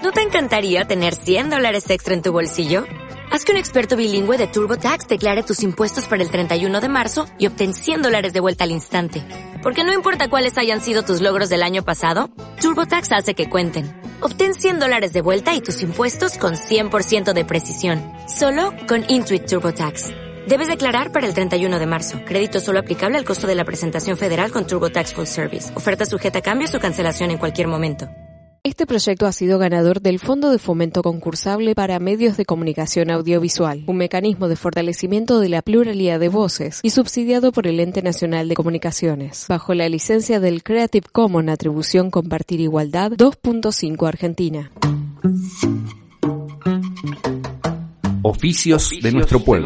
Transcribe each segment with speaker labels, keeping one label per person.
Speaker 1: ¿No te encantaría tener $100 extra en tu bolsillo? Haz que un experto bilingüe de TurboTax declare tus impuestos para el 31 de marzo y obtén $100 de vuelta al instante. Porque no importa cuáles hayan sido tus logros del año pasado, TurboTax hace que cuenten. Obtén $100 de vuelta y tus impuestos con 100% de precisión. Solo con Intuit TurboTax. Debes declarar para el 31 de marzo. Crédito solo aplicable al costo de la presentación federal con TurboTax Full Service. Oferta sujeta a cambios o cancelación en cualquier momento.
Speaker 2: Este proyecto ha sido ganador del Fondo de Fomento Concursable para Medios de Comunicación Audiovisual, un mecanismo de fortalecimiento de la pluralidad de voces y subsidiado por el Ente Nacional de Comunicaciones, bajo la licencia del Creative Commons Atribución Compartir Igualdad 2.5 Argentina.
Speaker 3: Oficios de nuestro pueblo.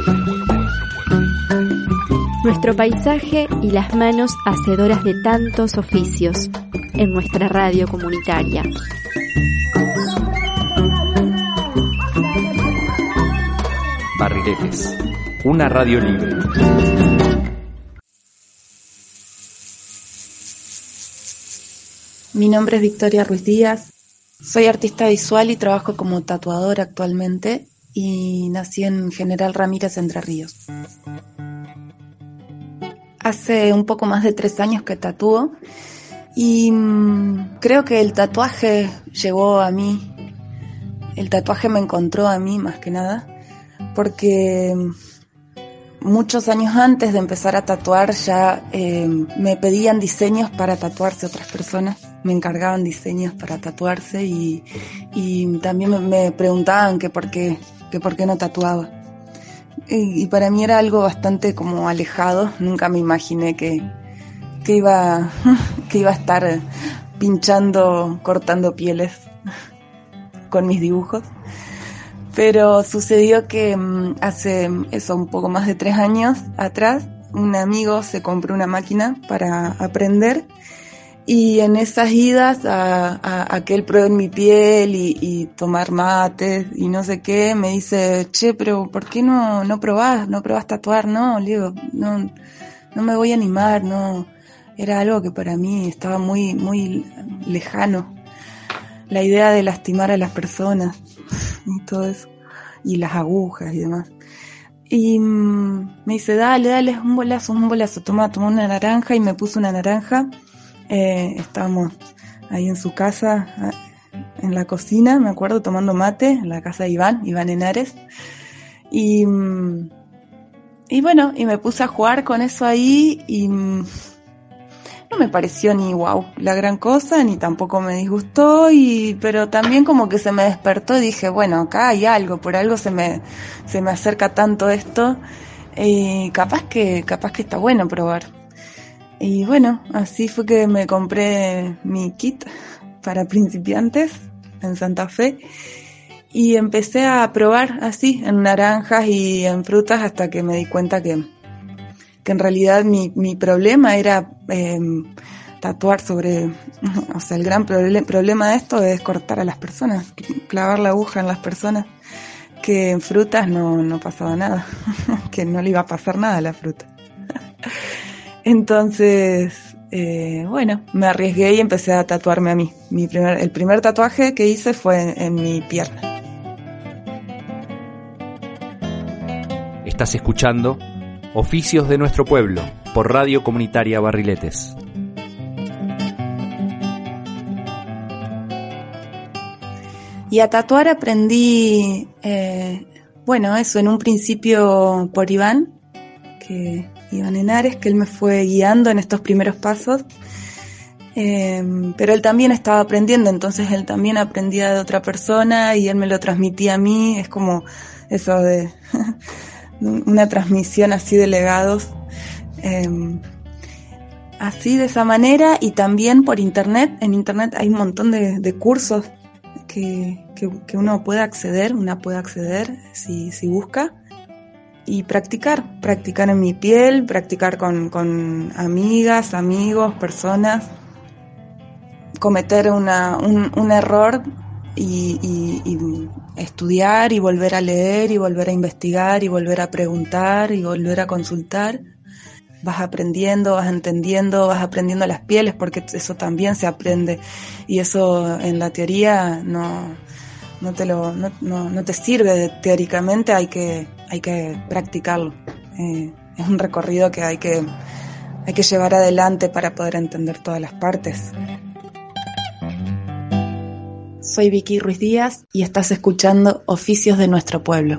Speaker 4: Nuestro paisaje y las manos hacedoras de tantos oficios en nuestra radio comunitaria.
Speaker 3: Barriletes, una radio libre.
Speaker 5: Mi nombre es Victoria Ruiz Díaz, soy artista visual y trabajo como tatuadora actualmente y nací en General Ramírez, Entre Ríos. Hace un poco más de 3 años que tatúo y creo que el tatuaje llegó a mí, el tatuaje me encontró a mí más que nada, porque muchos años antes de empezar a tatuar ya me pedían diseños para tatuarse otras personas, me encargaban diseños para tatuarse y también me preguntaban que por qué no tatuaba. Y para mí era algo bastante como alejado, nunca me imaginé que iba a estar pinchando, cortando pieles con mis dibujos. Pero sucedió que hace eso, un poco más de 3 años atrás, un amigo se compró una máquina para aprender y en esas idas a que él pruebe mi piel y tomar mates y no sé qué, me dice, che, pero ¿por qué no probás tatuar? No, le digo, no me voy a animar, no, era algo que para mí estaba muy, muy lejano, la idea de lastimar a las personas y todo eso, y las agujas y demás. Y me dice, dale, es un bolazo, toma una naranja, y me puso una naranja. Estábamos ahí en su casa, en la cocina, me acuerdo, tomando mate, en la casa de Iván Henares. Y bueno, y me puse a jugar con eso ahí y no me pareció ni wow la gran cosa, ni tampoco me disgustó, pero también como que se me despertó y dije, bueno, acá hay algo, por algo se me acerca tanto esto, capaz que está bueno probar. Y bueno, así fue que me compré mi kit para principiantes en Santa Fe y empecé a probar así en naranjas y en frutas hasta que me di cuenta que en realidad mi problema era tatuar sobre, o sea, el gran problema de esto es cortar a las personas, clavar la aguja en las personas, que en frutas no pasaba nada, que no le iba a pasar nada a la fruta. Entonces, bueno, me arriesgué y empecé a tatuarme a mí. El primer tatuaje que hice fue en mi pierna.
Speaker 3: Estás escuchando Oficios de nuestro pueblo por Radio Comunitaria Barriletes.
Speaker 5: Y a tatuar aprendí, bueno, eso en un principio por Iván Henares, que él me fue guiando en estos primeros pasos, pero él también estaba aprendiendo, entonces él también aprendía de otra persona y él me lo transmitía a mí, es como eso de una transmisión así de legados, así de esa manera. Y también por internet, en internet hay un montón de cursos que una puede acceder si busca, y practicar en mi piel, practicar con amigas, amigos, personas, cometer un error y estudiar y volver a leer y volver a investigar y volver a preguntar y volver a consultar. vas aprendiendo, vas entendiendo, vas aprendiendo las pieles, porque eso también se aprende, y eso en la teoría no te sirve teóricamente, hay que practicarlo. Es un recorrido que hay que llevar adelante para poder entender todas las partes. Soy Vicky Ruiz Díaz y estás escuchando Oficios de Nuestro Pueblo.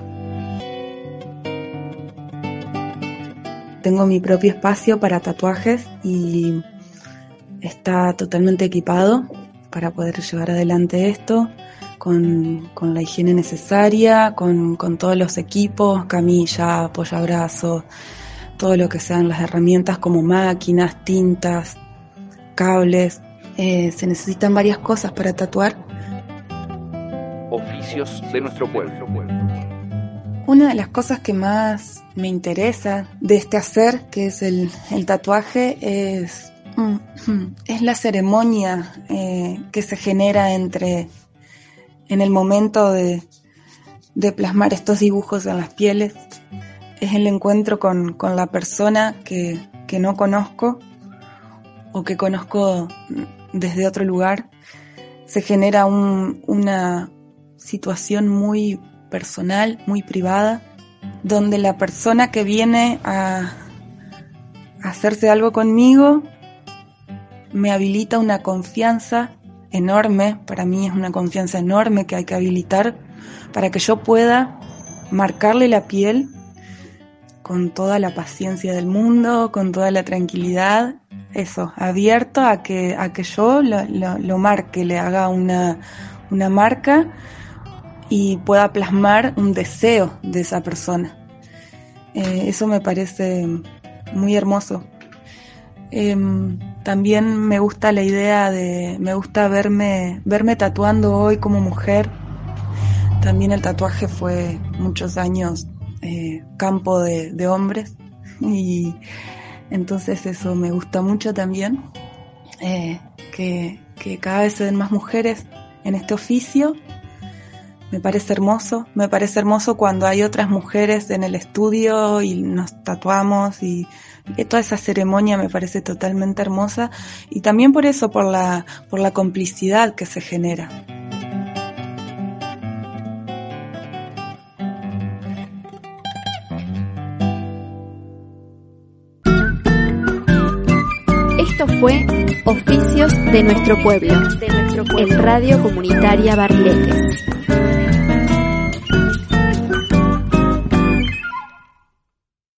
Speaker 5: Tengo mi propio espacio para tatuajes y está totalmente equipado para poder llevar adelante esto con la higiene necesaria, con todos los equipos, camilla, apoyabrazos, todo lo que sean las herramientas como máquinas, tintas, cables. Se necesitan varias cosas para tatuar.
Speaker 3: Oficios de Nuestro Pueblo.
Speaker 5: Una de las cosas que más me interesa de este hacer, que es el tatuaje, es la ceremonia que se genera en el momento de plasmar estos dibujos en las pieles. Es el encuentro con la persona que no conozco o que conozco desde otro lugar. Se genera una situación muy personal, muy privada, donde la persona que viene a hacerse algo conmigo me habilita una confianza enorme. Para mí es una confianza enorme que hay que habilitar para que yo pueda marcarle la piel con toda la paciencia del mundo, con toda la tranquilidad, eso, abierto a que yo lo marque, le haga una marca y pueda plasmar un deseo de esa persona. Eso me parece muy hermoso. También me gusta la idea me gusta verme tatuando hoy como mujer. También el tatuaje fue muchos años campo de hombres, y entonces eso me gusta mucho también, que cada vez se den más mujeres en este oficio. Me parece hermoso cuando hay otras mujeres en el estudio y nos tatuamos, y toda esa ceremonia me parece totalmente hermosa, y también por eso, por la complicidad que se genera.
Speaker 4: Esto fue Oficios de Nuestro Pueblo, en Radio Comunitaria Barriletes.